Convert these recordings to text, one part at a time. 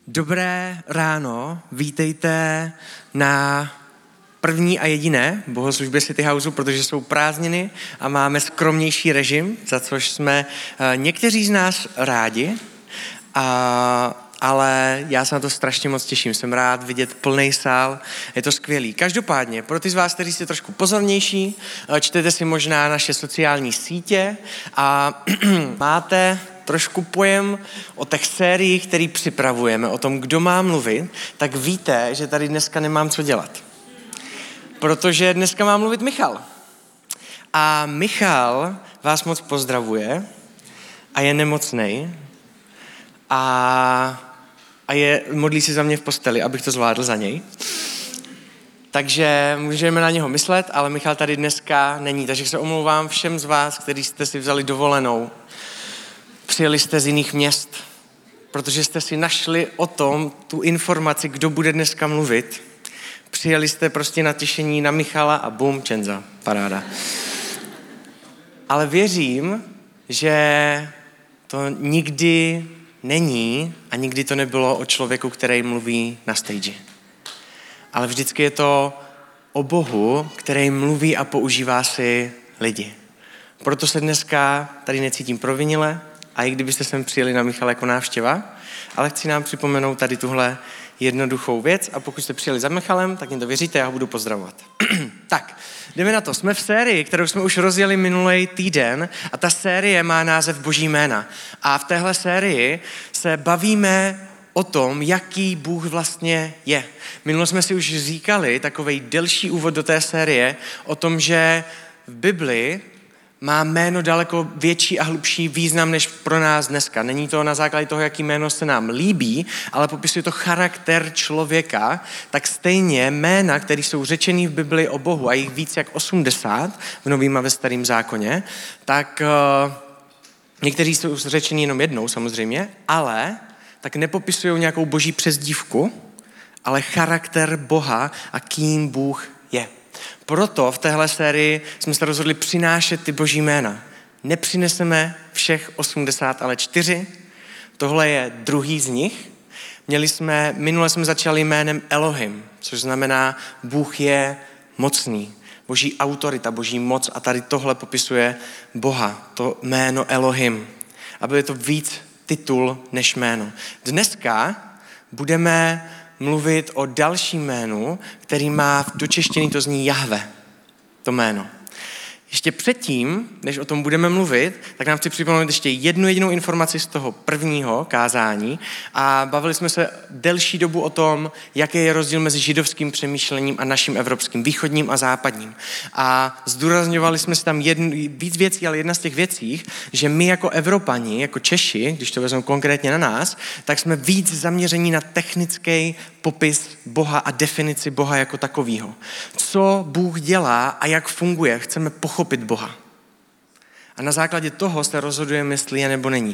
Dobré ráno, vítejte na první a jediné bohoslužbě City Houseu, protože jsou prázdniny a máme skromnější režim, za což jsme někteří z nás rádi, ale já se na to strašně moc těším. Jsem rád vidět plný sál, je to skvělý. Každopádně, pro ty z vás, kteří jste trošku pozornější, čtete si možná naše sociální sítě a máte trošku pojem o těch sériích, který připravujeme, o tom, kdo má mluvit, tak víte, že tady dneska nemám co dělat. Protože dneska má mluvit Michal. A Michal vás moc pozdravuje a je nemocnej a modlí si za mě v posteli, abych to zvládl za něj. Takže můžeme na něho myslet, ale Michal tady dneska není, takže se omlouvám všem z vás, kteří jste si vzali dovolenou. Přijeli jste z jiných měst, protože jste si našli o tom tu informaci, kdo bude dneska mluvit. Přijeli jste prostě na těšení na Michala a bum, Čenza, paráda. Ale věřím, že to nikdy není a nikdy to nebylo o člověku, který mluví na stage. Ale vždycky je to o Bohu, který mluví a používá si lidi. Proto se dneska tady necítím provinile, a i kdybyste sem přijeli na Michala jako návštěva, ale chci nám připomenout tady tuhle jednoduchou věc a pokud jste přijeli za Michalem, tak jim to věříte, já ho budu pozdravovat. Tak, jdeme na to. Jsme v sérii, kterou jsme už rozjeli minulý týden a ta série má název Boží jména. A v téhle sérii se bavíme o tom, jaký Bůh vlastně je. Minule jsme si už říkali takovej delší úvod do té série o tom, že v Biblii má jméno daleko větší a hlubší význam než pro nás dneska. Není to na základě toho, jaký jméno se nám líbí, ale popisuje to charakter člověka, tak stejně jména, které jsou řečený v Biblii o Bohu, a jich víc jak 80 v Novém a ve Starém zákoně, tak někteří jsou řečený jenom jednou samozřejmě, ale tak nepopisují nějakou boží přezdívku, ale charakter Boha a kým Bůh je. Proto v téhle sérii jsme se rozhodli přinášet ty boží jména. Nepřineseme všech 80, ale 4. Tohle je druhý z nich. Minule jsme začali jménem Elohim, což znamená Bůh je mocný. Boží autorita, boží moc a tady tohle popisuje Boha, to jméno Elohim. A bude to víc titul než jméno. Dneska budeme mluvit o dalším jménu, který má do češtiny, to zní Jahve, to jméno. Ještě předtím, než o tom budeme mluvit, tak nám chci připomenout ještě jednu jedinou informaci z toho prvního kázání a bavili jsme se delší dobu o tom, jaký je rozdíl mezi židovským přemýšlením a naším evropským, východním a západním. A zdůrazňovali jsme si tam víc věcí, ale jedna z těch věcí, že my jako Evropani, jako Češi, když to vezmeme konkrétně na nás, tak jsme víc zaměření na technický popis Boha a definici Boha jako takového. Co Bůh dělá a jak funguje, chceme pochopit Boha. A na základě toho se rozhodujeme, jestli je nebo není.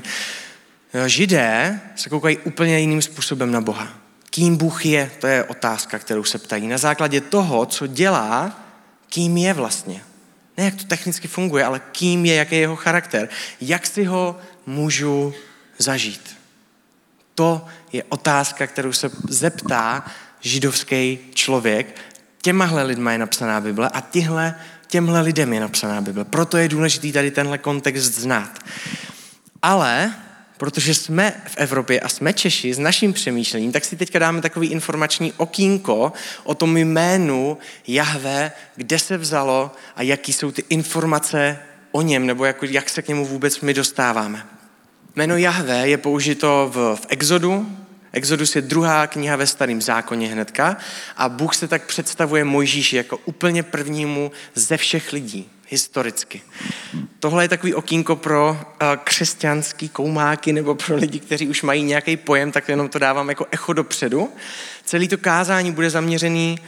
Židé se koukají úplně jiným způsobem na Boha. Kým Bůh je, to je otázka, kterou se ptají. Na základě toho, co dělá, kým je vlastně. Ne jak to technicky funguje, ale kým je, jaký je jeho charakter. Jak si ho můžu zažít. To je otázka, kterou se zeptá židovský člověk. Těmahle lidma je napsaná Bible a těmhle lidem je napsaná Bible. Proto je důležitý tady tenhle kontext znát. Ale protože jsme v Evropě a jsme Češi s naším přemýšlením, tak si teďka dáme takový informační okýnko o tom jménu Jahve, kde se vzalo a jaký jsou ty informace o něm, nebo jak se k němu vůbec my dostáváme. Jméno Jahve je použito v Exodu. Exodus je druhá kniha ve Starém zákoně hnedka a Bůh se tak představuje Mojžíši jako úplně prvnímu ze všech lidí, historicky. Tohle je takový okýnko pro křesťanský koumáky nebo pro lidi, kteří už mají nějaký pojem, tak jenom to dávám jako echo dopředu. Celé to kázání bude zaměřený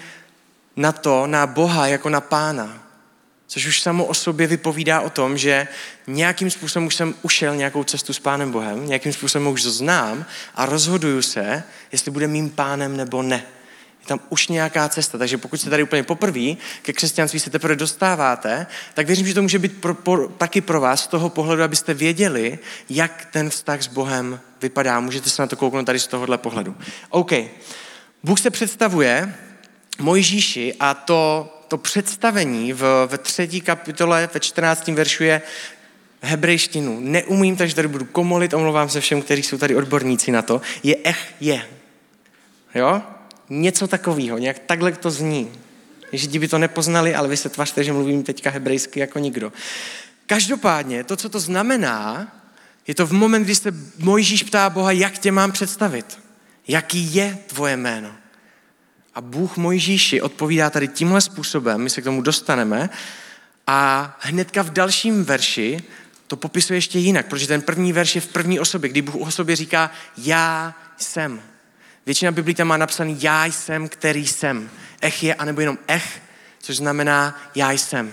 na Boha jako na Pána. Což už samo o sobě vypovídá o tom, že nějakým způsobem už jsem ušel nějakou cestu s Pánem Bohem, nějakým způsobem už to znám a rozhoduju se, jestli bude mým pánem nebo ne. Je tam už nějaká cesta, takže pokud jste tady úplně poprvé, ke křesťanství se teprve dostáváte, tak věřím, že to může být taky pro vás z toho pohledu, abyste věděli, jak ten vztah s Bohem vypadá. Můžete se na to kouknout tady z tohohle pohledu. OK. Bůh se představuje Mojžíši a to představení ve 3. kapitole, ve 14. veršu je hebrejštinu. Neumím, takže tady budu komolit, omlouvám se všem, kteří jsou tady odborníci na to. Je. Jo? Něco takového, nějak takhle to zní. Židi by to nepoznali, ale vy se tvařte, že mluvím teďka hebrejsky jako nikdo. Každopádně, to, co to znamená, je to v moment, kdy se Mojžíš ptá Boha, jak tě mám představit. Jaký je tvoje jméno? A Bůh Mojžíši odpovídá tady tímhle způsobem, my se k tomu dostaneme, a hnedka v dalším verši to popisuje ještě jinak, protože ten první verš je v první osobě, kdy Bůh o sobě říká já jsem. Většina Biblí tam má napsaný já jsem, který jsem. Ech je, anebo jenom což znamená já jsem.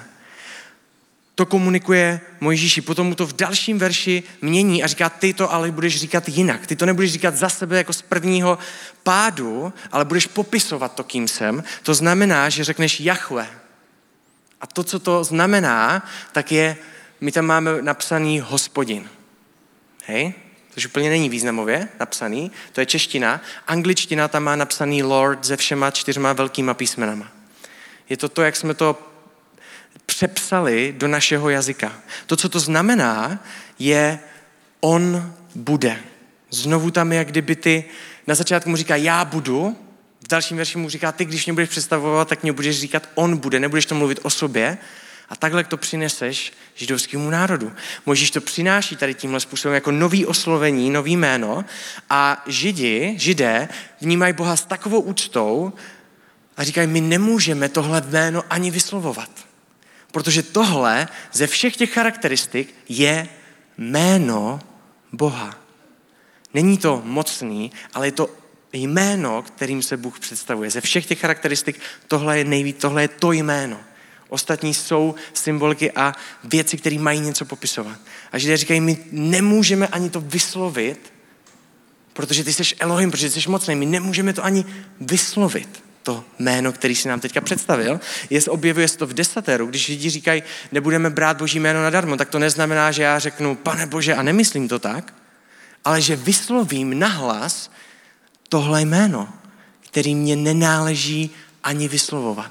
To komunikuje Mojžíši. Potom mu to v dalším verši mění a říká, ty to ale budeš říkat jinak. Ty to nebudeš říkat za sebe jako z prvního pádu, ale budeš popisovat to, kým jsem. To znamená, že řekneš Jahve. A to, co to znamená, tak je, my tam máme napsaný Hospodin. Hej? Což úplně není významově napsaný, to je čeština. Angličtina tam má napsaný Lord se všema 4 velkýma písmenama. Je to, jak jsme to přepsali do našeho jazyka. To, co to znamená, je on bude. Znovu tam je, jak kdyby ty, na začátku mu říká já budu, v dalším verši mu říká ty, když mě budeš představovat, tak mě budeš říkat on bude, nebudeš to mluvit o sobě a takhle to přineseš židovskému národu. Mojžíš to přináší tady tímhle způsobem jako nový oslovení, nový jméno a židé vnímají Boha s takovou úctou a říkají, my nemůžeme tohle jméno ani vyslovovat. Protože tohle ze všech těch charakteristik je jméno Boha. Není to mocný, ale je to jméno, kterým se Bůh představuje. Ze všech těch charakteristik tohle je to jméno. Ostatní jsou symboliky a věci, které mají něco popisovat. A Židé říkají, my nemůžeme ani to vyslovit, protože ty jsi Elohim, protože ty jsi mocný. My nemůžeme to ani vyslovit. To jméno, který si nám teďka představil, objevuje se to v desateru, když lidi říkají, nebudeme brát Boží jméno nadarmo, tak to neznamená, že já řeknu, Pane Bože, a nemyslím to tak, ale že vyslovím nahlas tohle jméno, který mě nenáleží ani vyslovovat.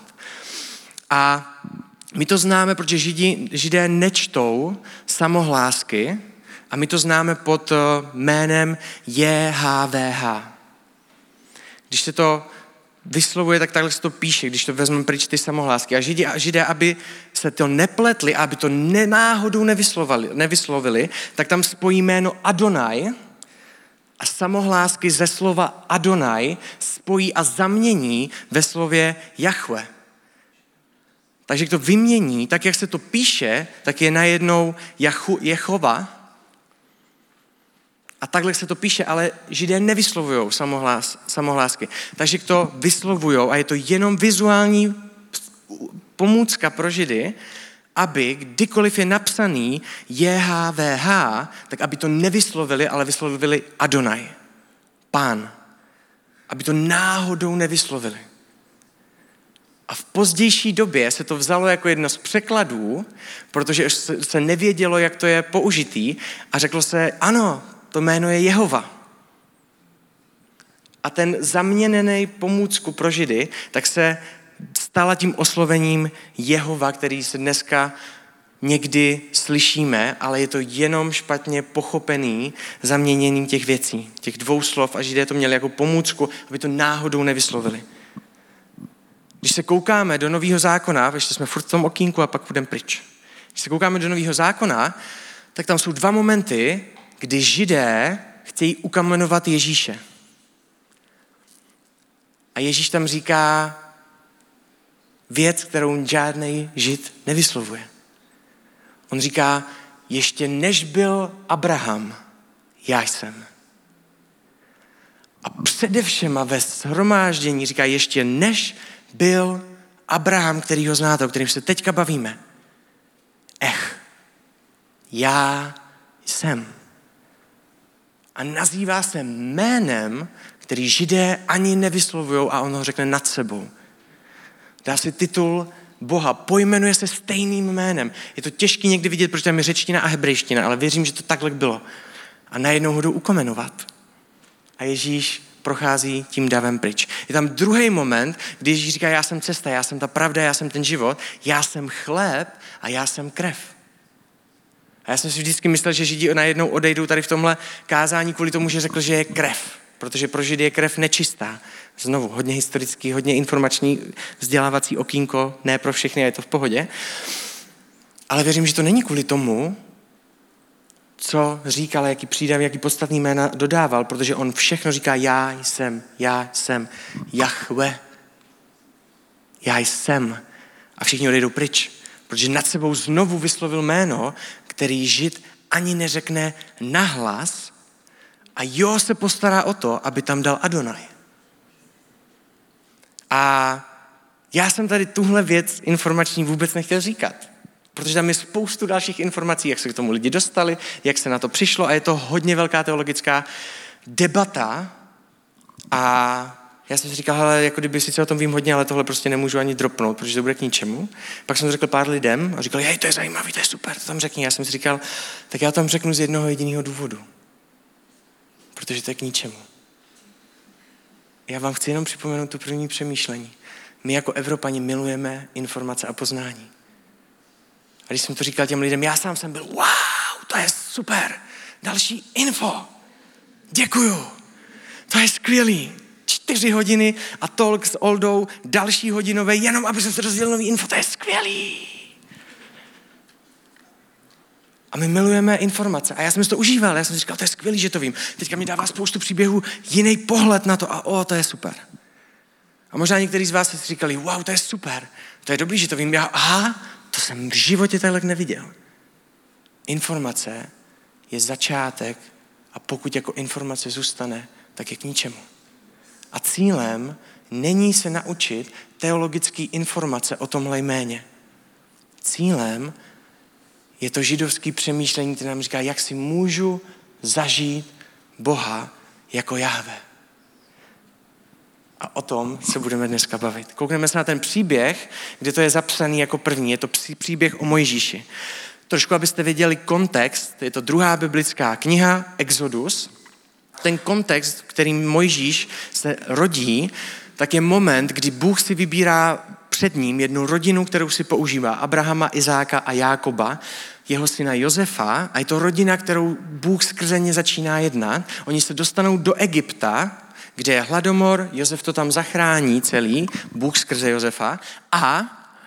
A my to známe, protože Židé nečtou samohlásky a my to známe pod jménem JHVH. Když se to vyslovuje, tak takhle se to píše, když to vezmeme pryč ty samohlásky. A Židé, aby se to nepletli, aby to náhodou nevyslovili, tak tam spojí jméno Adonai a samohlásky ze slova Adonai spojí a zamění ve slově Jahve. Takže to vymění, tak jak se to píše, tak je najednou Jehova. A takhle se to píše, ale Židé nevyslovují samohlásky. Takže to vyslovujou a je to jenom vizuální pomůcka pro Židy, aby kdykoliv je napsaný JHVH, tak aby to nevyslovili, ale vyslovili Adonai, Pán. Aby to náhodou nevyslovili. A v pozdější době se to vzalo jako jedno z překladů, protože se nevědělo, jak to je použitý a řeklo se, ano, to jméno je Jehova. A ten zaměněný pomůcku pro Židy, tak se stala tím oslovením Jehova, který se dneska někdy slyšíme, ale je to jenom špatně pochopený zaměněním těch věcí, těch 2 slov a Židé to měli jako pomůcku, aby to náhodou nevyslovili. Když se koukáme do Nového zákona, ještě jsme furt v tom okýnku a pak půjdeme pryč. Když se koukáme do Nového zákona, tak tam jsou 2 momenty, kdy Židé chtějí ukamenovat Ježíše. A Ježíš tam říká věc, kterou žádný Žid nevyslovuje. On říká, ještě než byl Abraham, já jsem. A především ve shromáždění říká, ještě než byl Abraham, který ho znáte, o kterém se teďka bavíme. Já jsem. A nazývá se jménem, který Židé ani nevyslovují a on ho řekne nad sebou. Dá si titul Boha, pojmenuje se stejným jménem. Je to těžký někdy vidět, protože tam je řečtina a hebrejština, ale věřím, že to takhle bylo. a najednou ho jdou ukamenovat. A Ježíš prochází tím davem pryč. Je tam druhý moment, kdy Ježíš říká, já jsem cesta, já jsem ta pravda, já jsem ten život, já jsem chléb a já jsem krev. A já jsem si vždycky myslel, že Židi najednou odejdou tady v tomhle kázání kvůli tomu, že řekl, že je krev. Protože pro Židy je krev nečistá. Znovu, hodně historický, hodně informační, vzdělávací okýnko, ne pro všechny, a je to v pohodě. Ale věřím, že to není kvůli tomu, co říkal, jaký přídav, jaký podstatný jména dodával, protože on všechno říká já jsem Jahve. Já jsem. A všichni odejdou pryč, protože nad sebou znovu vyslovil jméno, který Žid ani neřekne nahlas a Jo se postará o to, aby tam dal Adonai. A já jsem tady tuhle věc informační vůbec nechtěl říkat, protože tam je spoustu dalších informací, jak se k tomu lidi dostali, jak se na to přišlo a je to hodně velká teologická debata a já jsem si říkal, hele, jako kdyby sice o tom vím hodně, ale tohle prostě nemůžu ani dropnout, protože to bude k ničemu. Pak jsem to řekl pár lidem a říkal, hej, to je zajímavý, to je super, to tam řekni. Já jsem si říkal, tak já tam řeknu z jednoho jediného důvodu, protože to je k ničemu. Já vám chci jenom připomenout tu první přemýšlení. My jako Evropani milujeme informace a poznání. A když jsem to říkal těm lidem, já sám jsem byl, wow, to je super, další info, děkuju, to je skvělý. 4 hodiny a talk s Oldou, další hodinové, jenom aby jsem se dozvěděl nový info, to je skvělý. A my milujeme informace. A já jsem si to užíval, já jsem si říkal, to je skvělý, že to vím. Teďka mi dává spoustu příběhů, jiný pohled na to a to je super. A možná některý z vás si říkali, wow, to je super, to je dobrý, že to vím. To jsem v životě takhle neviděl. Informace je začátek a pokud jako informace zůstane, tak je k ničemu. A cílem není se naučit teologické informace o tomhle jméně. Cílem je to židovské přemýšlení, které nám říká, jak si můžu zažít Boha jako Jahve. A o tom se budeme dneska bavit. Koukneme se na ten příběh, kde to je zapsaný jako první. Je to příběh o Mojžíši. Trošku, abyste věděli kontext, je to druhá biblická kniha, Exodus. Ten kontext, v kterým Mojžíš se rodí, tak je moment, kdy Bůh si vybírá před ním jednu rodinu, kterou si používá. Abrahama, Izáka a Jákoba, jeho syna Josefa. A je to rodina, kterou Bůh skrze ně začíná jednat. Oni se dostanou do Egypta, kde je hladomor, Josef to tam zachrání celý, Bůh skrze Josefa. A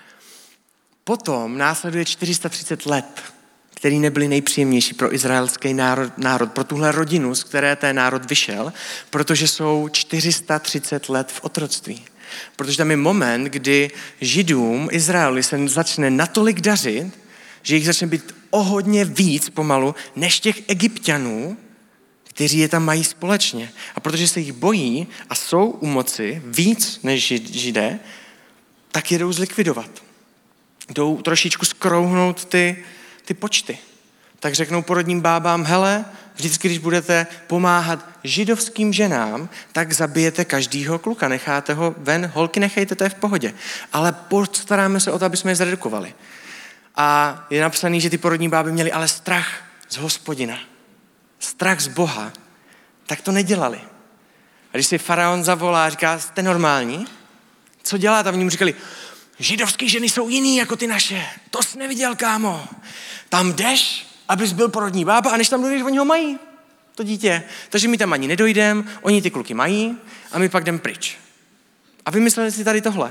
potom následuje 430 let, který nebyly nejpříjemnější pro izraelský národ, pro tuhle rodinu, z které ten národ vyšel, protože jsou 430 let v otroctví. Protože tam je moment, kdy Židům, Izraeli se začne natolik dařit, že jich začne být o hodně víc pomalu, než těch Egypťanů, kteří je tam mají společně. A protože se jich bojí a jsou u moci víc než Židé, tak je jdou zlikvidovat. Jdou trošičku skrouhnout ty počty. Tak řeknou porodním bábám, hele, vždycky, když budete pomáhat židovským ženám, tak zabijete každýho kluka, necháte ho ven, holky nechejte, to je v pohodě. Ale postaráme se o to, aby jsme je zredukovali. A je napsaný, že ty porodní báby měly ale strach z Hospodina. Strach z Boha. Tak to nedělali. A když si faraon zavolá a říká, jste normální? Co děláte? A oni mu říkali, židovský ženy jsou jiný jako ty naše. To jsi neviděl, kámo. Tam jdeš, abys byl porodní bába a než tam dojdeš, oni ho mají, to dítě. Takže my tam ani nedojdeme, oni ty kluky mají a my pak jdem pryč. A vymysleli si tady tohle.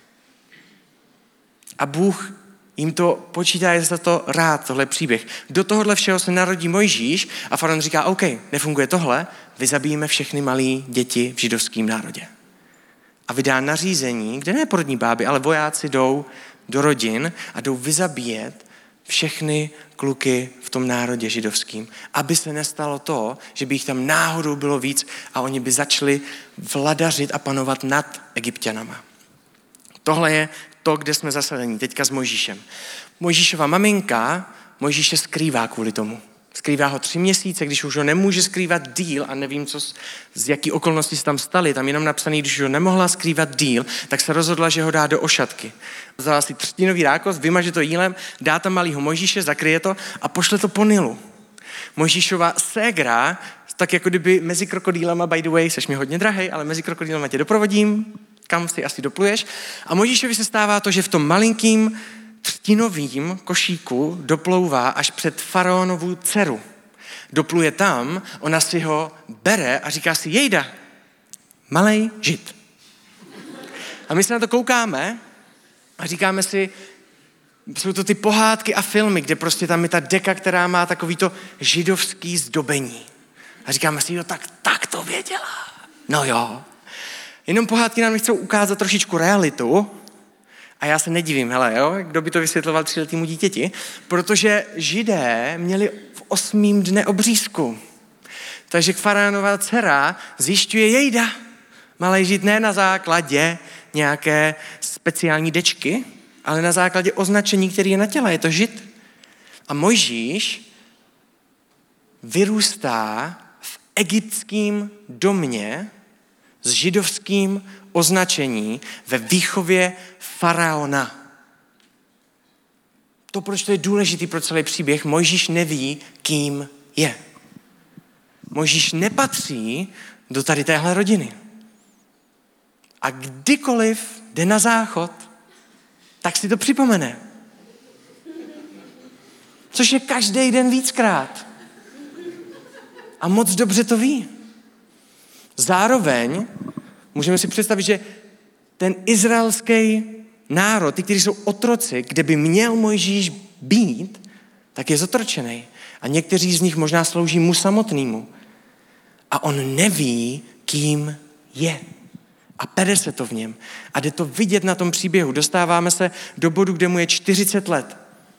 A Bůh jim to počítá, je za to rád, tohle příběh. Do tohohle všeho se narodí Mojžíš a faraon říká, OK, nefunguje tohle, vyzabijeme všechny malé děti v židovském národě. A vydá nařízení, kde ne porodní báby, ale vojáci jdou do rodin a jdou vyzabíjet všechny kluky v tom národě židovským, aby se nestalo to, že by jich tam náhodou bylo víc a oni by začali vladařit a panovat nad Egypťanama. Tohle je to, kde jsme zasadení, teďka s Mojžíšem. Mojžíšova maminka Mojžíše skrývá kvůli tomu. Skrývá ho 3 měsíce, když už ho nemůže skrývat díl a nevím, z jaký okolnosti se tam staly, tam jenom napsaný, když ho nemohla skrývat díl, tak se rozhodla, že ho dá do ošatky. Vzala si 3 rákost, vymaže to jílem, dá tam malýho Mojžíše, zakryje to a pošle to po Nilu. Mojžíšova ségra, tak jako kdyby mezi krokodýlama, by the way, seš mi hodně drahej, ale mezi krokodýlama tě doprovodím, kam si asi dopluješ. A Mojžíšovi se stává to, že v tom malinkým třtinovým košíku doplouvá až před faraonovu dceru. Dopluje tam, ona si ho bere a říká si, jejda, malej žid. A my se na to koukáme a říkáme si, jsou to ty pohádky a filmy, kde prostě tam je ta deka, která má takový to židovský zdobení. A říkáme si, jo, tak to věděla. No jo. Jenom pohádky nám chcou ukázat trošičku realitu a já se nedivím, hele, jo, kdo by to vysvětloval 3letýmu dítěti, protože Židé měli v 8. dne obřízku. Takže faraonova dcera zjišťuje jejda. Malej žid ne na základě nějaké speciální dečky, ale na základě označení, který je na těle. Je to žid. A Mojžíš vyrůstá v egyptském domě s židovským označení ve výchově faraona. To, proč to je důležitý pro celý příběh, Mojžíš neví, kým je. Mojžíš nepatří do tady téhle rodiny. A kdykoliv jde na záchod, tak si to připomene. Což je každý den víckrát. A moc dobře to ví. Zároveň můžeme si představit, že ten izraelský národ, ty, kteří jsou otroci, kde by měl Mojžíš být, tak je zotročený. A někteří z nich možná slouží mu samotnému. A on neví, kým je. A pere se to v něm. A jde to vidět na tom příběhu. Dostáváme se do bodu, kde mu je 40 let.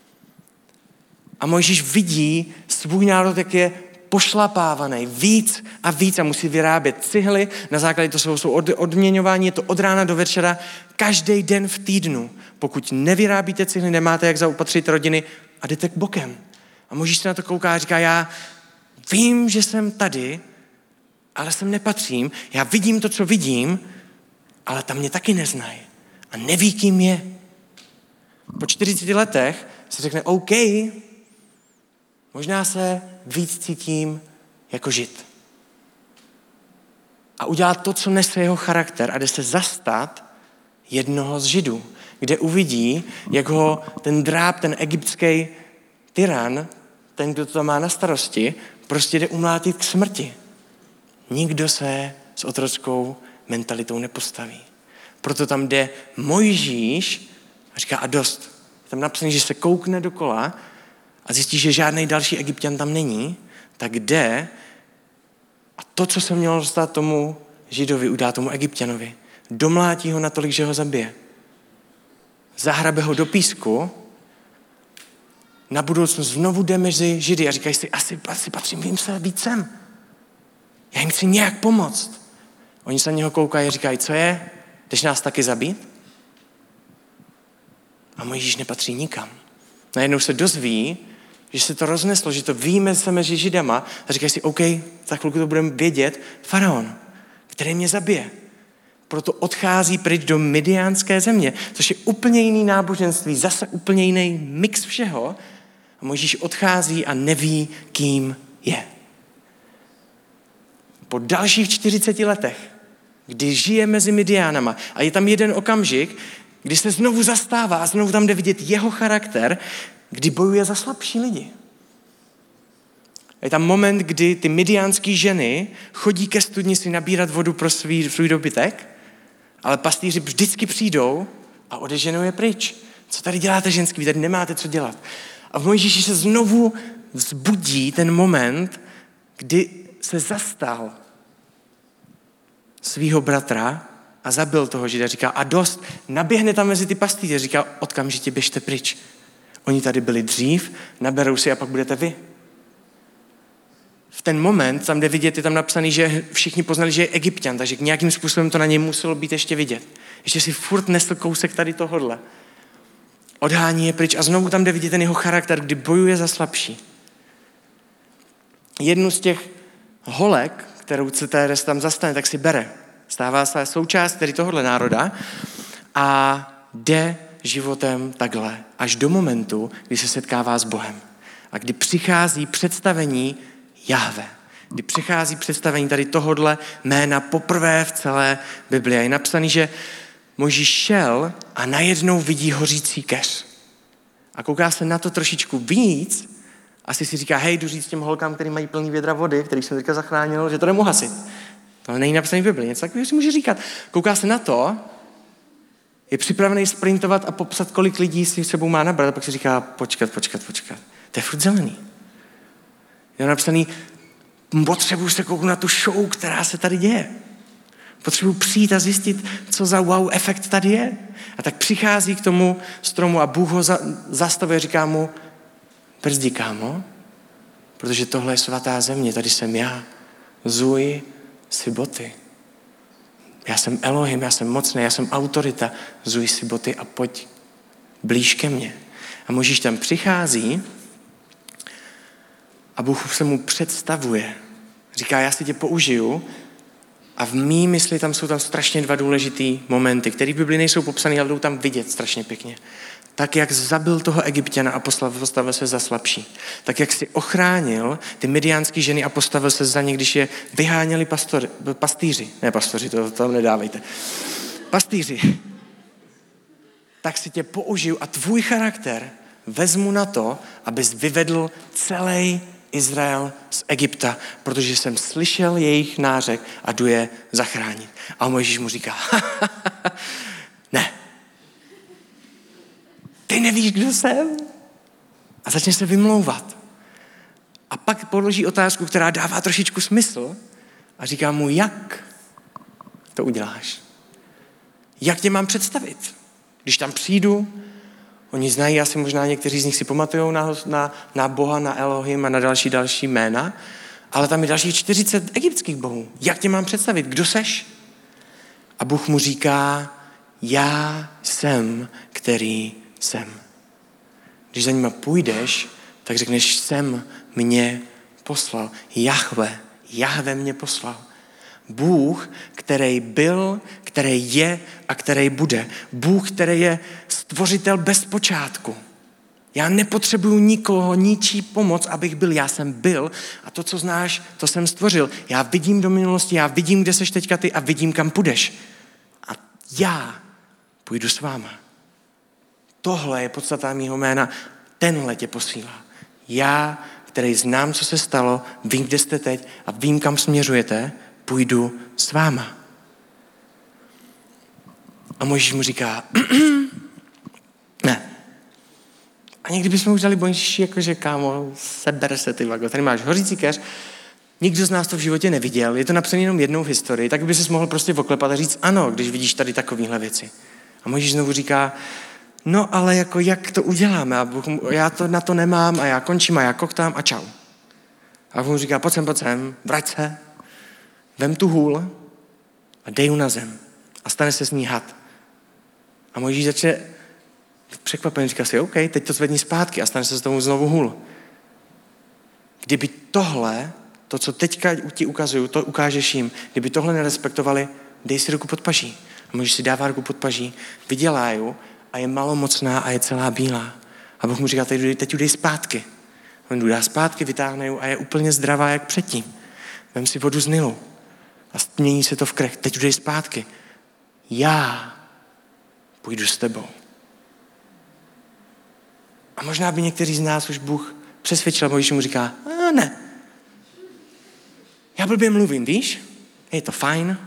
A Mojžíš vidí svůj národ, jak je pošlapávaný víc a víc a musí vyrábět cihly. Na základě toho jsou odměňování, je to od rána do večera, každý den v týdnu. Pokud nevyrábíte cihly, nemáte jak zaopatřit rodiny a jdete k bokem. A Mojžíš se na to kouká a říká, já vím, že jsem tady, ale sem nepatřím. Já vidím to, co vidím, ale tam mě taky neznají. A neví, kým je. Po 40 letech se řekne, OK, možná se víc cítím jako žid. A udělá to, co nese jeho charakter a jde se zastat jednoho z židů, kde uvidí, jak ho ten dráb, ten egyptský tyran, ten, kdo to má na starosti, prostě jde umlátit k smrti. Nikdo se s otrockou mentalitou nepostaví. Proto tam jde Mojžíš a říká a dost. Je tam napsané, že se koukne dokola a zjistí, že žádný další Egypťan tam není, tak jde a to, co se mělo dostat tomu Židovi, udá tomu Egypťanovi. Domlátí ho natolik, že ho zabije. Zahrabe ho do písku, na budoucnost znovu jde mezi Židy a říkají si, asi patřím jim se víc sem. Já jim chci nějak pomoct. Oni se na něho koukají a říkají, co je? Jdeš nás taky zabít? A Mojžíš nepatří nikam. Najednou se dozví, že se to rozneslo, že to víme se mezi Židama a říkají si, OK, za chvilku to budeme vědět, faraon, který mě zabije. Proto odchází pryč do Midiánské země, což je úplně jiný náboženství, zase úplně jiný mix všeho. A Mojžíš odchází a neví, kým je. Po dalších 40 letech, kdy žije mezi Midiánama a je tam jeden okamžik, kdy se znovu zastává a znovu tam jde vidět jeho charakter, kdy bojuje za slabší lidi. Je tam moment, kdy ty midiánský ženy chodí ke studni si nabírat vodu pro svůj dobytek, ale pastýři vždycky přijdou a odeženou je pryč. Co tady děláte, ženský? Vy tady nemáte co dělat. A v Mojžíši se znovu vzbudí ten moment, kdy se zastal svýho bratra a zabil toho Žida. Říká, a dost, naběhne tam mezi ty pastýře. Říká, okamžitě běžte pryč. Oni tady byli dřív, naberou si a pak budete vy. V ten moment, tam jde vidět, je tam napsaný, že všichni poznali, že je Egypťan, takže nějakým způsobem to na něj muselo být ještě vidět. Ještě si furt nesl kousek tady tohodle. Odhání je pryč a znovu tam jde vidět ten jeho charakter, kdy bojuje za slabší. Jednu z těch holek, kterou Ceteres tam zastane, tak si bere. Stává se součást tady tohohle národa a jde životem takhle až do momentu, kdy se setkává s Bohem. a kdy přichází představení Jahve. Kdy přichází představení tady tohodle jména poprvé v celé Biblii. Je napsaný, že Mojžíš šel a najednou vidí hořící keř. A kouká se na to trošičku víc, asi si říká, hej, jdu říct těm holkám, který mají plný vědra vody, který jsem teďka zachránil, že to nemůžu hasit. To není napsaný v Biblii, něco takového si může říkat. Kouká se na to, je připravený sprintovat a popsat, kolik lidí si s sebou má nabrat, a pak si říká, počkat. To je furt zelený. Je napsaný, potřebuji se kouknout na tu show, která se tady děje. Potřebuji přijít a zjistit, co za wow efekt tady je. A tak přichází k tomu stromu a Bůh ho zastavuje, říká mu, brzdi, kámo, protože tohle je svatá země, tady jsem já. Zuj si boty. Já jsem Elohim, já jsem mocný, já jsem autorita. Zuj si boty a pojď blíž ke mně. A Mojžíš tam přichází a Bůh se mu představuje. Říká, já si tě použiju a v mý mysli jsou tam strašně dva důležitý momenty, které v Biblii nejsou popsané, ale jdou tam vidět strašně pěkně. Tak, jak zabil toho Egypťana a postavil se za slabší. Tak, jak si ochránil ty midiánské ženy a postavil se za ně, když je vyháněli pastýři. Ne pastoři, to nedávejte. Pastýři. Tak si tě použiju a tvůj charakter vezmu na to, abys vyvedl celý Izrael z Egypta, protože jsem slyšel jejich nářek a jdu je zachránit. A Mojžíš mu říká, ne, ty nevíš, kdo jsem? A začne se vymlouvat. A pak položí otázku, která dává trošičku smysl a říká mu, jak to uděláš? Jak tě mám představit? Když tam přijdu, oni znají, asi možná někteří z nich si pamatujou na Boha, na Elohim a na další jména, ale tam je dalších 40 egyptských bohů. Jak tě mám představit? Kdo seš? A Bůh mu říká, já jsem, který jsem. Když za nima půjdeš, tak řekneš, jsem mě poslal. Jahve mě poslal. Bůh, který byl, který je a který bude. Bůh, který je stvořitel bez počátku. Já nepotřebuju nikoho, ničí pomoc, abych byl. Já jsem byl a to, co znáš, to jsem stvořil. Já vidím do minulosti, já vidím, kde seš teďka ty a vidím, kam půjdeš. A já půjdu s váma. Tohle je podstata mýho jména. Tenhle tě posílá. Já, který znám, co se stalo, vím, kde jste teď a vím, kam směřujete, půjdu s váma. A Mojžíš mu říká, ne. A někdy bychom už dali Mojžíši, jakože kámo, seber se ty vago, tady máš hořící keř, nikdo z nás to v životě neviděl, je to napsané jenom jednou v historii, tak by ses mohl prostě oklepat a říct ano, když vidíš tady takovýhle věci. A Mojžíš znovu říká, no ale jako jak to uděláme? A já to na to nemám a já končím a já koktám a čau. A Bůh mu říká, pojď sem, vrať se, vem tu hůl a dej ju na zem a stane se z ní had. A Mojžíš začne překvapený, říká si, OK, teď to zvedni zpátky a stane se z tomu znovu hůl. Kdyby tohle, to, co teďka ti ukazuju, to ukážeš jim, kdyby tohle nerespektovali, dej si ruku pod paží. A Mojžíš si dává ruku pod paží, vydělá ju a je malomocná a je celá bílá. A Bůh mu říká, teď ju dej zpátky. On ju dá zpátky, vytáhne ju a je úplně zdravá, jak předtím. Vem si vodu z Nilu a mění se to v krev. Teď ju dej zpátky. Já půjdu s tebou. A možná by někteří z nás už Bůh přesvědčil, Mojžíš mu říká, ne. Já blbě mluvím, víš? Je to fajn.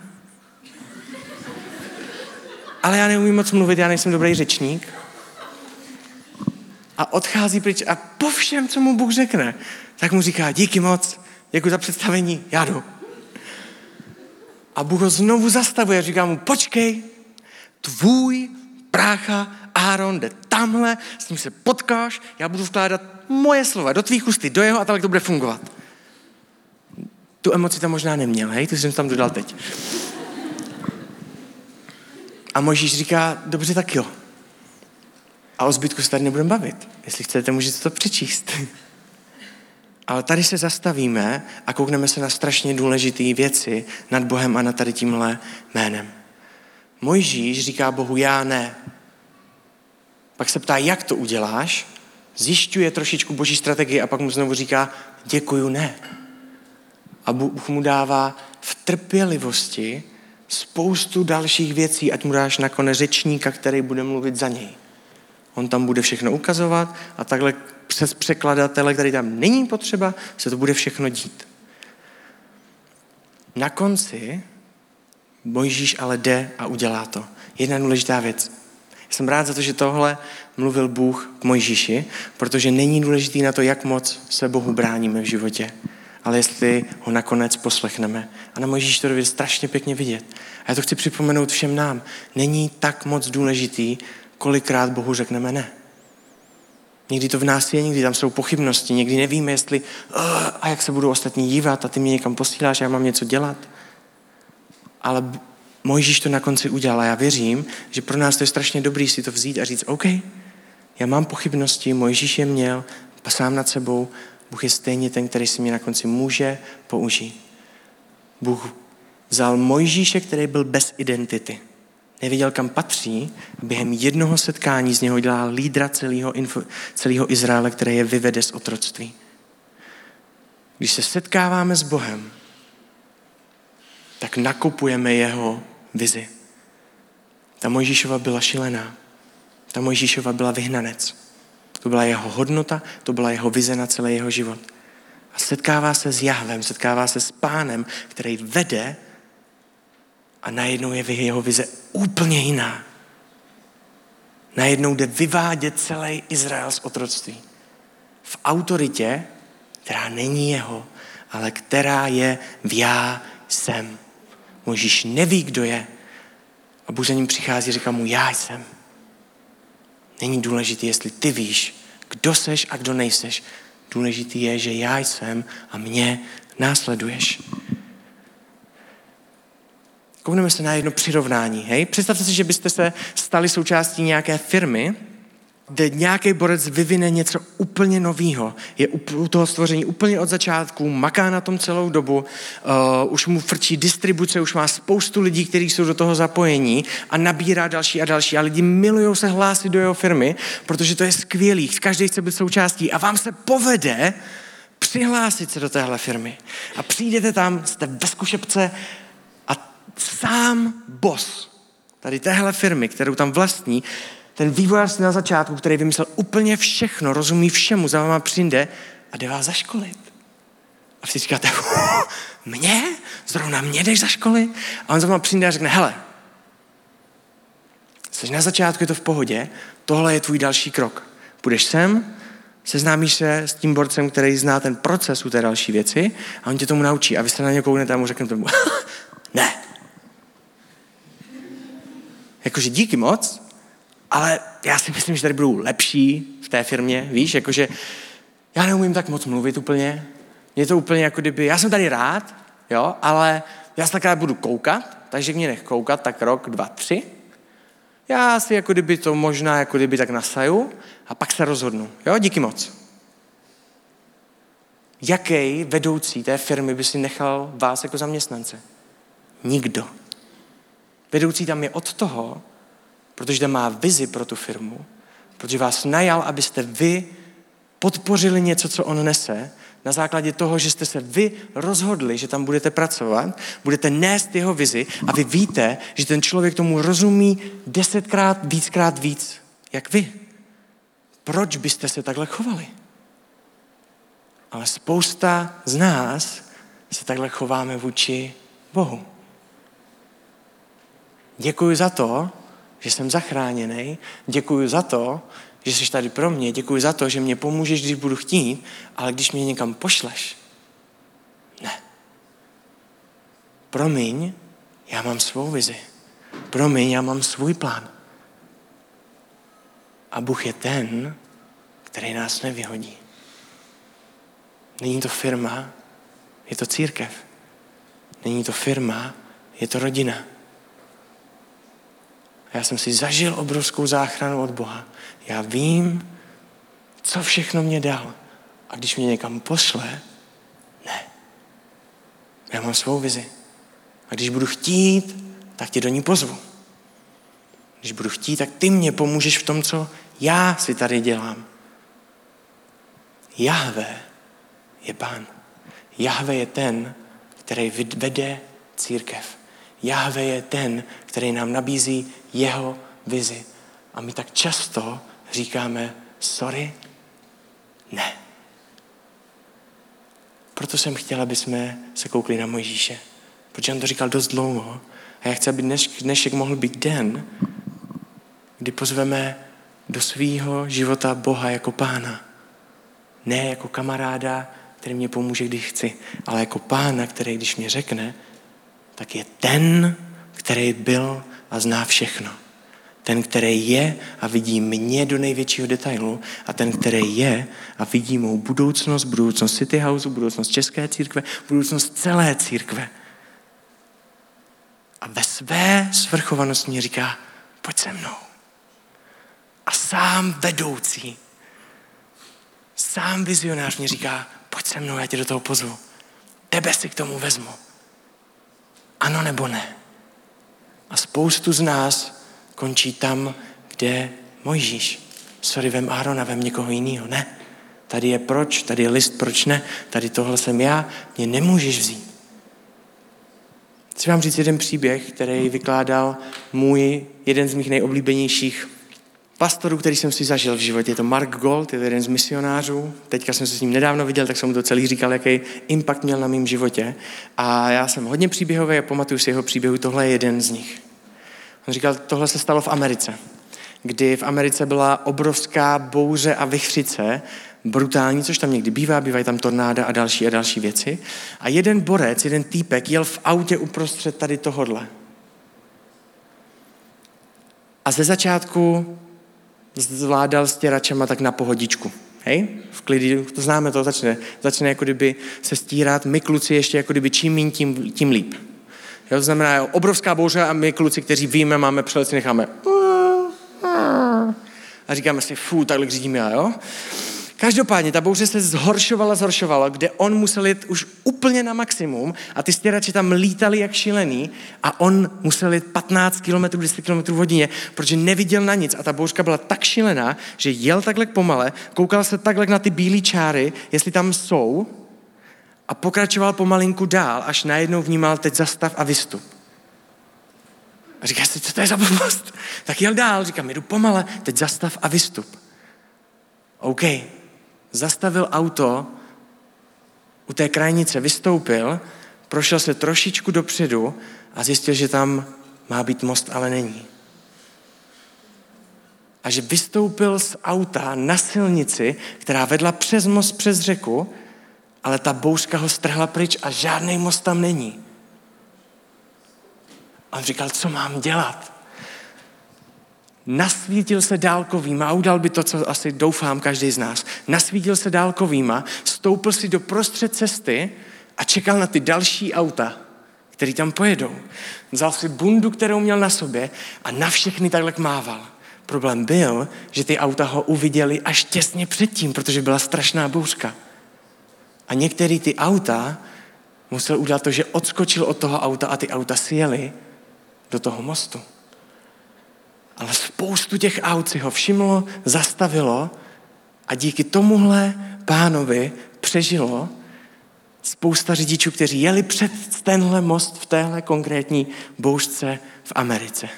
Ale já neumím moc mluvit, já nejsem dobrý řečník. A odchází pryč a po všem, co mu Bůh řekne, tak mu říká, díky moc, děkuji za představení, já jdu. A Bůh ho znovu zastavuje a říká mu, počkej, tvůj brácha Áron jde tamhle, s ním se potkáš, já budu vkládat moje slova do tvých úst, do jeho a tak to bude fungovat. Tu emoci tam možná neměl, hej, tu jsem tam dodal teď. A Mojžíš říká, dobře, tak jo. A o zbytku se tady nebudeme bavit. Jestli chcete, můžete to přečíst. Ale tady se zastavíme a koukneme se na strašně důležité věci nad Bohem a nad tady tímhle jménem. Mojžíš říká Bohu, já ne. Pak se ptá, jak to uděláš? Zjišťuje trošičku boží strategii a pak mu znovu říká, děkuju, ne. A Bůh mu dává v trpělivosti spoustu dalších věcí, ať mu dáš nakonec řečníka, který bude mluvit za něj. On tam bude všechno ukazovat a takhle přes překladatele, který tam není potřeba, se to bude všechno dít. Na konci Mojžíš ale jde a udělá to. Jedna důležitá věc. Jsem rád za to, že tohle mluvil Bůh k Mojžíši, protože není důležitý na to, jak moc se Bohu bráníme v životě, ale jestli ho nakonec poslechneme. A na Mojžíš to jde strašně pěkně vidět. A já to chci připomenout všem nám. Není tak moc důležitý, kolikrát Bohu řekneme ne. Někdy to v nás je, někdy tam jsou pochybnosti, někdy nevíme, jestli a jak se budou ostatní dívat a ty mě někam posíláš a já mám něco dělat. Ale Mojžíš to na konci udělal a já věřím, že pro nás to je strašně dobrý si to vzít a říct, OK, já mám pochybnosti, Mojžíš je měl, sám nad sebou, Bůh je stejně ten, který si mě na konci může použít. Bůh vzal Mojžíše, který byl bez identity. Nevěděl, kam patří, a během jednoho setkání z něho dělal lídra celého Izraele, který je vyvede z otroctví. Když se setkáváme s Bohem, tak nakopujeme jeho vizi. Ta Mojžíšova byla šílená. Ta Mojžíšova byla vyhnanec. To byla jeho hodnota, to byla jeho vize na celý jeho život. A setkává se s Jahvem, setkává se s Pánem, který vede a najednou je jeho vize úplně jiná. Najednou jde vyvádět celý Izrael z otroctví. V autoritě, která není jeho, ale která je v já jsem. Mojžíš neví, kdo je. A Bůh za ním přichází a říká mu, já jsem. Není důležité, jestli ty víš, kdo seš a kdo nejseš. Důležitý je, že já jsem a mě následuješ. Koukneme se na jedno přirovnání. Hej? Představte si, že byste se stali součástí nějaké firmy, kde nějaký borec vyvine něco úplně novýho. Je u toho stvoření úplně od začátku, maká na tom celou dobu, už mu frčí distribuce, už má spoustu lidí, kteří jsou do toho zapojení a nabírá další a další. A lidi milujou se hlásit do jeho firmy, protože to je skvělý, každý chce být součástí a vám se povede přihlásit se do téhle firmy. A přijdete tam, jste ve zkušebce a sám boss tady téhle firmy, kterou tam vlastní, ten vývojář na začátku, který vymyslel úplně všechno, rozumí všemu, za váma přijde a jde vás zaškolit. A vy si říkáte, mě? Zrovna mě jdeš zaškolit? A on za váma přijde a řekne, hele, jsi na začátku, je to v pohodě, tohle je tvůj další krok. Půjdeš sem, seznámíš se s tím borcem, který zná ten proces u té další věci a on tě tomu naučí. A vy se na něj kouknete a mu řeknete tomu, ne. Jakože díky moc, ale já si myslím, že tady budou lepší v té firmě, víš, jakože já neumím tak moc mluvit úplně, mě to úplně jako kdyby, já jsem tady rád, jo, ale já se takrát budu koukat, takže mě nech koukat tak rok, 2, 3. Já si jako kdyby to možná jako kdyby tak nasaju a pak se rozhodnu, jo, díky moc. Jaký vedoucí té firmy by si nechal vás jako zaměstnance? Nikdo. Vedoucí tam je od toho, protože tam má vizi pro tu firmu, protože vás najal, abyste vy podpořili něco, co on nese, na základě toho, že jste se vy rozhodli, že tam budete pracovat, budete nést jeho vizi a vy víte, že ten člověk tomu rozumí 10krát, víckrát víc, jak vy. Proč byste se takhle chovali? Ale spousta z nás se takhle chováme vůči Bohu. Děkuji za to, že jsem zachráněný, děkuji za to, že jsi tady pro mě, děkuji za to, že mě pomůžeš, když budu chtít, ale když mě někam pošleš, ne. Promiň, já mám svou vizi. Promiň, já mám svůj plán. A Bůh je ten, který nás nevyhodí. Není to firma, je to církev. Není to firma, je to rodina. Já jsem si zažil obrovskou záchranu od Boha. Já vím, co všechno mě dal. A když mě někam pošle, ne. Já mám svou vizi. A když budu chtít, tak tě do ní pozvu. Když budu chtít, tak ty mě pomůžeš v tom, co já si tady dělám. Jahve je Pán. Jahve je ten, který vede církev. Jahve je ten, který nám nabízí jeho vizi. A my tak často říkáme, sorry, ne. Proto jsem chtěla, aby jsme se koukli na Mojžíše. Protože on to říkal dost dlouho. A já chci, aby dnešek mohl být den, kdy pozveme do svýho života Boha jako Pána. Ne jako kamaráda, který mě pomůže, když chci, ale jako Pána, který, když mě řekne, tak je ten, který byl a zná všechno. Ten, který je a vidí mě do největšího detailu a ten, který je a vidí mou budoucnost, budoucnost City Houseu, budoucnost České církve, budoucnost celé církve. A ve své svrchovanosti mě říká, pojď se mnou. A sám vedoucí, sám vizionář mě říká, pojď se mnou, já tě do toho pozvu. Tebe si k tomu vezmu. Ano nebo ne? A spoustu z nás končí tam, kde Mojžíš. Sorry, vem Aarona, vem někoho jiného. Ne. Tady je proč, tady je list, proč ne. Tady tohle jsem já, mě nemůžeš vzít. Chci vám říct jeden příběh, který vykládal jeden z mých nejoblíbenějších pastorů, který jsem si zažil v životě. Je to Mark Gold, je to jeden z misionářů. Teďka jsem se s ním nedávno viděl, tak jsem mu to celý říkal, jaký impact měl na mém životě. A já jsem hodně příběhový a pamatuju si jeho příběhu, tohle je jeden z nich. On říkal, tohle se stalo v Americe, kdy v Americe byla obrovská bouře a vichřice, brutální, což tam někdy bývají tam tornáda a další věci. A jeden borec, jeden týpek jel v autě uprostřed tady tohodle. A ze začátku zvládal stěračema tak na pohodičku. Hej? V klidu, to známe, to začne jako kdyby se stírat. My kluci ještě jako kdyby čím míň, tím líp. Jo, to znamená, obrovská bouře a my kluci, kteří víme, máme přelet, si necháme a říkáme si, takhle řídím já, jo? Každopádně ta bouře se zhoršovala, kde on musel jet už úplně na maximum a ty stěrači tam lítali jak šílený a on musel jet 15 km, 10 km v hodině, protože neviděl na nic a ta bouřka byla tak šílená, že jel takhle pomale, koukal se takhle na ty bílé čáry, jestli tam jsou a pokračoval pomalinku dál, až najednou vnímal, teď zastav a vystup. A říká si, co to je za blbost? Tak jel dál, říkám, jedu pomale, teď zastav a vystup. OK. Zastavil auto u té krajnice, vystoupil, prošel se trošičku dopředu a zjistil, že tam má být most, ale není. A že vystoupil z auta na silnici, která vedla přes most, přes řeku, ale ta bouřka ho strhla pryč a žádný most tam není. A on říkal, co mám dělat? Nasvítil se dálkovýma a udal by to, co asi doufám každý z nás. Nasvítil se dálkovýma, stoupil si do prostřed cesty a čekal na ty další auta, který tam pojedou. Vzal si bundu, kterou měl na sobě a na všechny takhle mával. Problém byl, že ty auta ho uviděli až těsně předtím, protože byla strašná bouřka. A některé ty auta musel udělat to, že odskočil od toho auta a ty auta sjeli do toho mostu. Ale spoustu těch aut si ho všimlo, zastavilo a díky tomuhle pánovi přežilo spousta řidičů, kteří jeli před tenhle most v téhle konkrétní bouřce v Americe.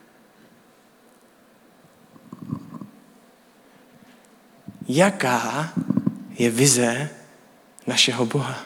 Jaká je vize našeho Boha?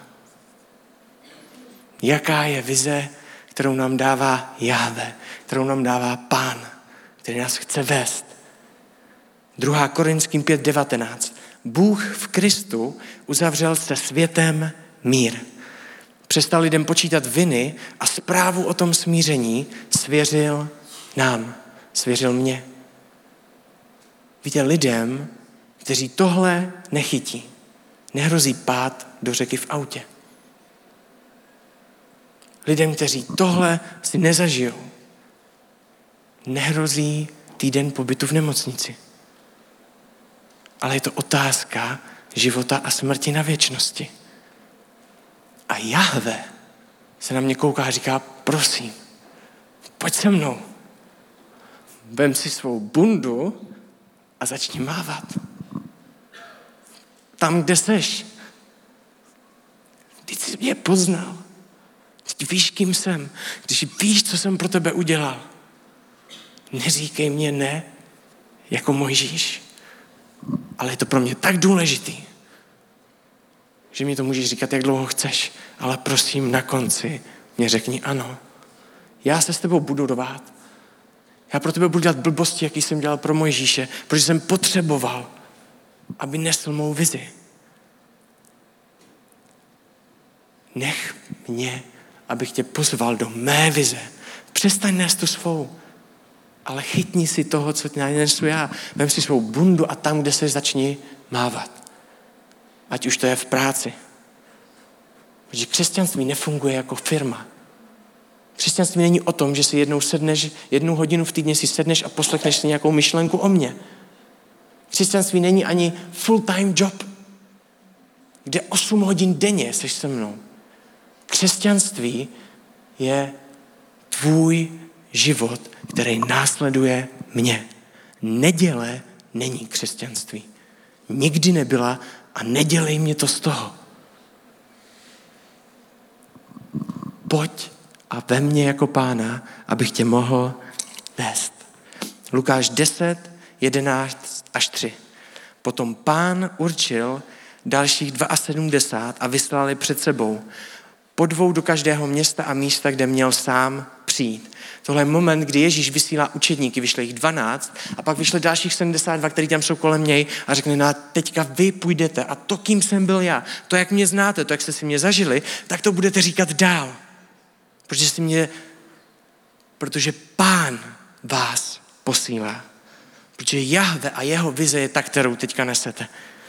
Jaká je vize, kterou nám dává Jahve, kterou nám dává Pán, který nás chce vést? 2. Korinským 5:19. Bůh v Kristu uzavřel se světem mír. Přestal lidem počítat viny a zprávu o tom smíření svěřil nám, svěřil mě. Víte, lidem, kteří tohle nechytí, nehrozí pád do řeky v autě. Lidem, kteří tohle si nezažijou, nehrozí týden pobytu v nemocnici. Ale je to otázka života a smrti na věčnosti. A Jahve se na mě kouká a říká, prosím, pojď se mnou. Vem si svou bundu a začni mávat. tam, kde seš. Ty jsi mě poznal. Ty víš, kým jsem. Když víš, co jsem pro tebe udělal. Neříkej mě ne, jako Mojžíš. Ale je to pro mě tak důležitý, že mi to můžeš říkat, jak dlouho chceš. Ale prosím, na konci mě řekni ano. Já se s tebou budu rvát. Já pro tebe budu dělat blbosti, jaký jsem dělal pro Mojžíše, protože jsem potřeboval, aby nesl mou vizi. Nech mě, abych tě pozval do mé vize. Přestaň nést tu svou, ale chytni si toho, co nesu já. Vem si svou bundu a tam, kde se začni mávat. Ať už to je v práci. Protože křesťanství nefunguje jako firma. Křesťanství není o tom, že si jednu hodinu v týdně si sedneš a poslechneš si nějakou myšlenku o mně. Křesťanství není ani full-time job, kde 8 hodin denně seš se mnou. Křesťanství je tvůj život, který následuje mě. Neděle není křesťanství. Nikdy nebyla a nedělej mě to z toho. Pojď a vem mě jako pána, abych tě mohl nést. Lukáš 10, 11 až 3. Potom pán určil dalších 72 a vyslal je před sebou. Po 2 do každého města a místa, kde měl sám přijít. Tohle je moment, kdy Ježíš vysílá učedníky, vyšle jich 12 a pak vyšle dalších 72, kteří tam jsou kolem něj a řekne, no a teďka vy půjdete a to, kým jsem byl já, to, jak mě znáte, to, jak jste si mě zažili, tak to budete říkat dál. Protože pán vás posílá. Protože Jahve a jeho vize je ta, kterou teďka nesete.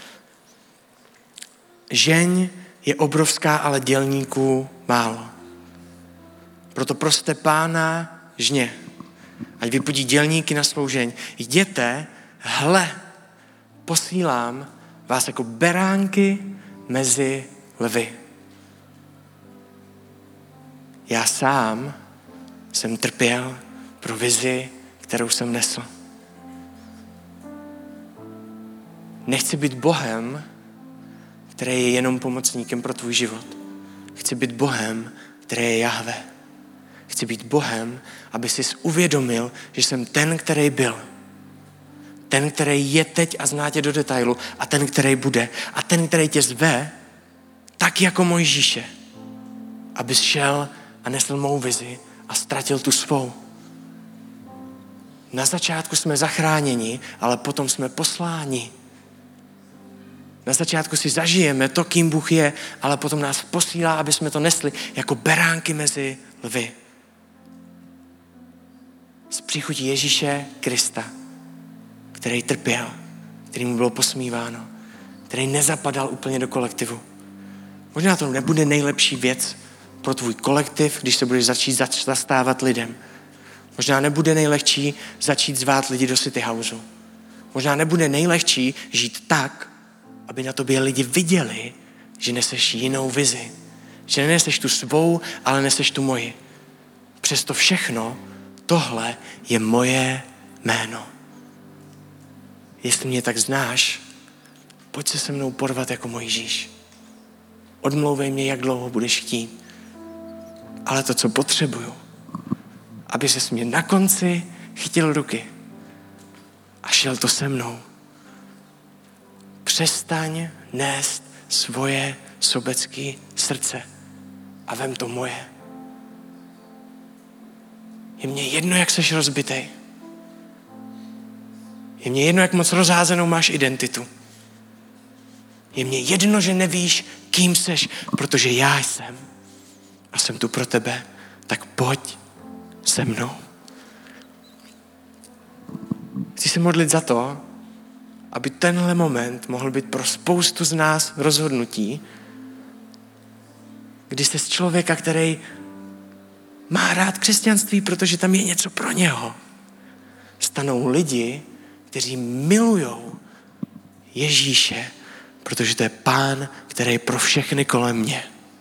Žeň je obrovská, ale dělníků málo. Proto proste pána žně, ať vypudí dělníky na svou žeň. Jděte, hle, posílám vás jako beránky mezi lvy. Já sám jsem trpěl pro vizi, kterou jsem nesl. Nechci být Bohem, který je jenom pomocníkem pro tvůj život. Chci být Bohem, který je Jahve. Chci být Bohem, aby jsi uvědomil, že jsem ten, který byl. Ten, který je teď a zná tě do detailu. A ten, který bude. A ten, který tě zve, tak jako Mojžíše. Abys šel a nesl mou vizi a ztratil tu svou. Na začátku jsme zachráněni, ale potom jsme posláni. Na začátku si zažijeme to, kým Bůh je, ale potom nás posílá, aby jsme to nesli jako beránky mezi lvy. Z příchutí Ježíše Krista, který trpěl, který mu bylo posmíváno, který nezapadal úplně do kolektivu. Možná to nebude nejlepší věc pro tvůj kolektiv, když se budeš začít zastávat lidem. Možná nebude nejlehčí začít zvát lidi do City Houseu. Možná nebude nejlehčí žít tak, aby na tobě lidi viděli, že neseš jinou vizi. Že neneseš tu svou, ale neseš tu moji. Přesto všechno, tohle je moje jméno. Jestli mě tak znáš, pojď se mnou porvat jako Mojžíš. Odmlouvej mě, jak dlouho budeš chtít. Ale to, co potřebuju, aby ses mě na konci chytil ruky a šel to se mnou. Přestaň nést svoje sobecké srdce a vem to moje. Je mně jedno, jak seš rozbitej. Je mně jedno, jak moc rozházenou máš identitu. Je mně jedno, že nevíš, kým seš, protože já jsem. A jsem tu pro tebe, tak pojď se mnou. Chci se modlit za to, aby tenhle moment mohl být pro spoustu z nás rozhodnutí, kdy jsi z člověka, který má rád křesťanství, protože tam je něco pro něho. Stanou lidi, kteří milujou Ježíše, protože to je pán, který je pro všechny kolem mě.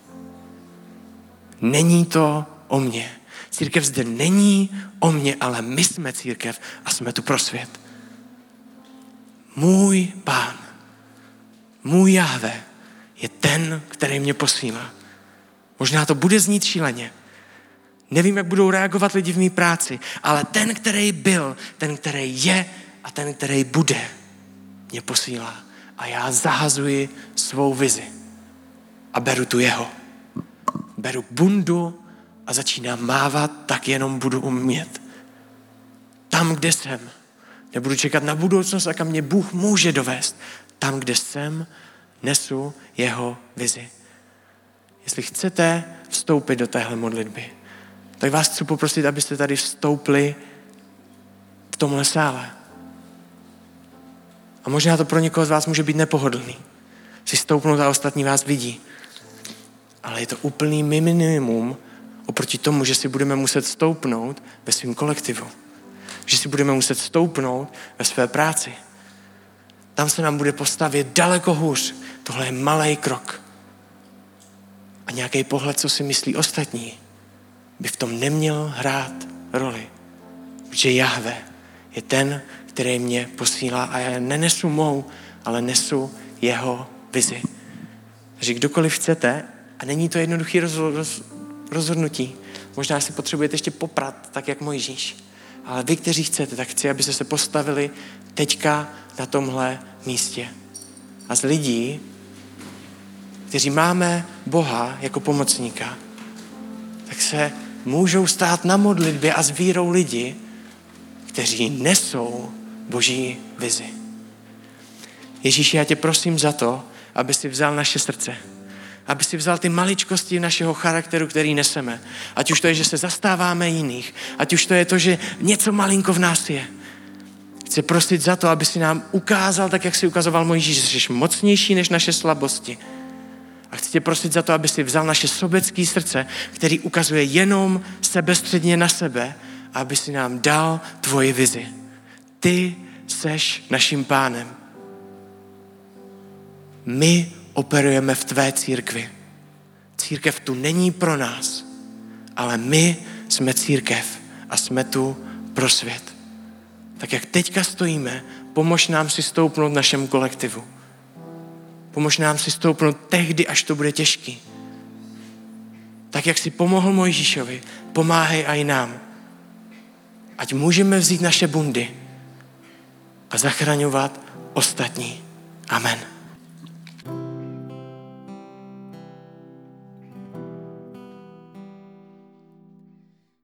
Není to o mně. Církev zde není o mně, ale my jsme církev a jsme tu pro svět. Můj pán, můj Jahve je ten, který mě posílá. Možná to bude znít šíleně. Nevím, jak budou reagovat lidi v mý práci, ale ten, který byl, ten, který je a ten, který bude, mě posílá. A já zahazuji svou vizi a beru tu jeho. Beru bundu a začínám mávat, tak jenom budu umět. Tam, kde jsem. Nebudu čekat na budoucnost a kam mě Bůh může dovést. Tam, kde jsem, nesu jeho vizi. Jestli chcete vstoupit do téhle modlitby, tak vás chci poprosit, abyste tady vstoupili v tomhle sále. A možná to pro někoho z vás může být nepohodlný. Si stoupnout a ostatní vás vidí. Ale je to úplný minimum oproti tomu, že si budeme muset stoupnout ve svém kolektivu. Že si budeme muset stoupnout ve své práci. Tam se nám bude postavit daleko hůř. Tohle je malej krok. A nějaký pohled, co si myslí ostatní, by v tom neměl hrát roli. Protože Jahve je ten, který mě posílá a já nenesu mou, ale nesu jeho vizi. Takže kdokoliv chcete, a není to jednoduché rozhodnutí, možná si potřebujete ještě poprat, tak jak Mojžíš, ale vy, kteří chcete, tak chci, abyste se postavili teďka na tomhle místě. A z lidí, kteří máme Boha jako pomocníka, tak se můžou stát na modlitbě a s vírou lidi, kteří nesou Boží vizi. Ježíši, já tě prosím za to, aby si vzal naše srdce. Aby si vzal ty maličkosti našeho charakteru, který neseme. Ať už to je, že se zastáváme jiných. Ať už to je to, že něco malinko v nás je. Chci prosit za to, aby si nám ukázal, tak jak si ukazoval Mojžíš, že jsi mocnější než naše slabosti. A chci tě prosit za to, aby si vzal naše sobecké srdce, který ukazuje jenom sebestředně na sebe, a aby si nám dal tvoji vizi. Ty seš naším pánem. My operujeme v tvé církvi. Církev tu není pro nás, ale my jsme církev a jsme tu pro svět. Tak jak teďka stojíme, pomož nám si stoupnout v našem kolektivu. Pomož nám si stoupnout tehdy, až to bude těžký. Tak jak si pomohl Mojžíšovi, pomáhej i nám. Ať můžeme vzít naše bundy a zachraňovat ostatní. Amen.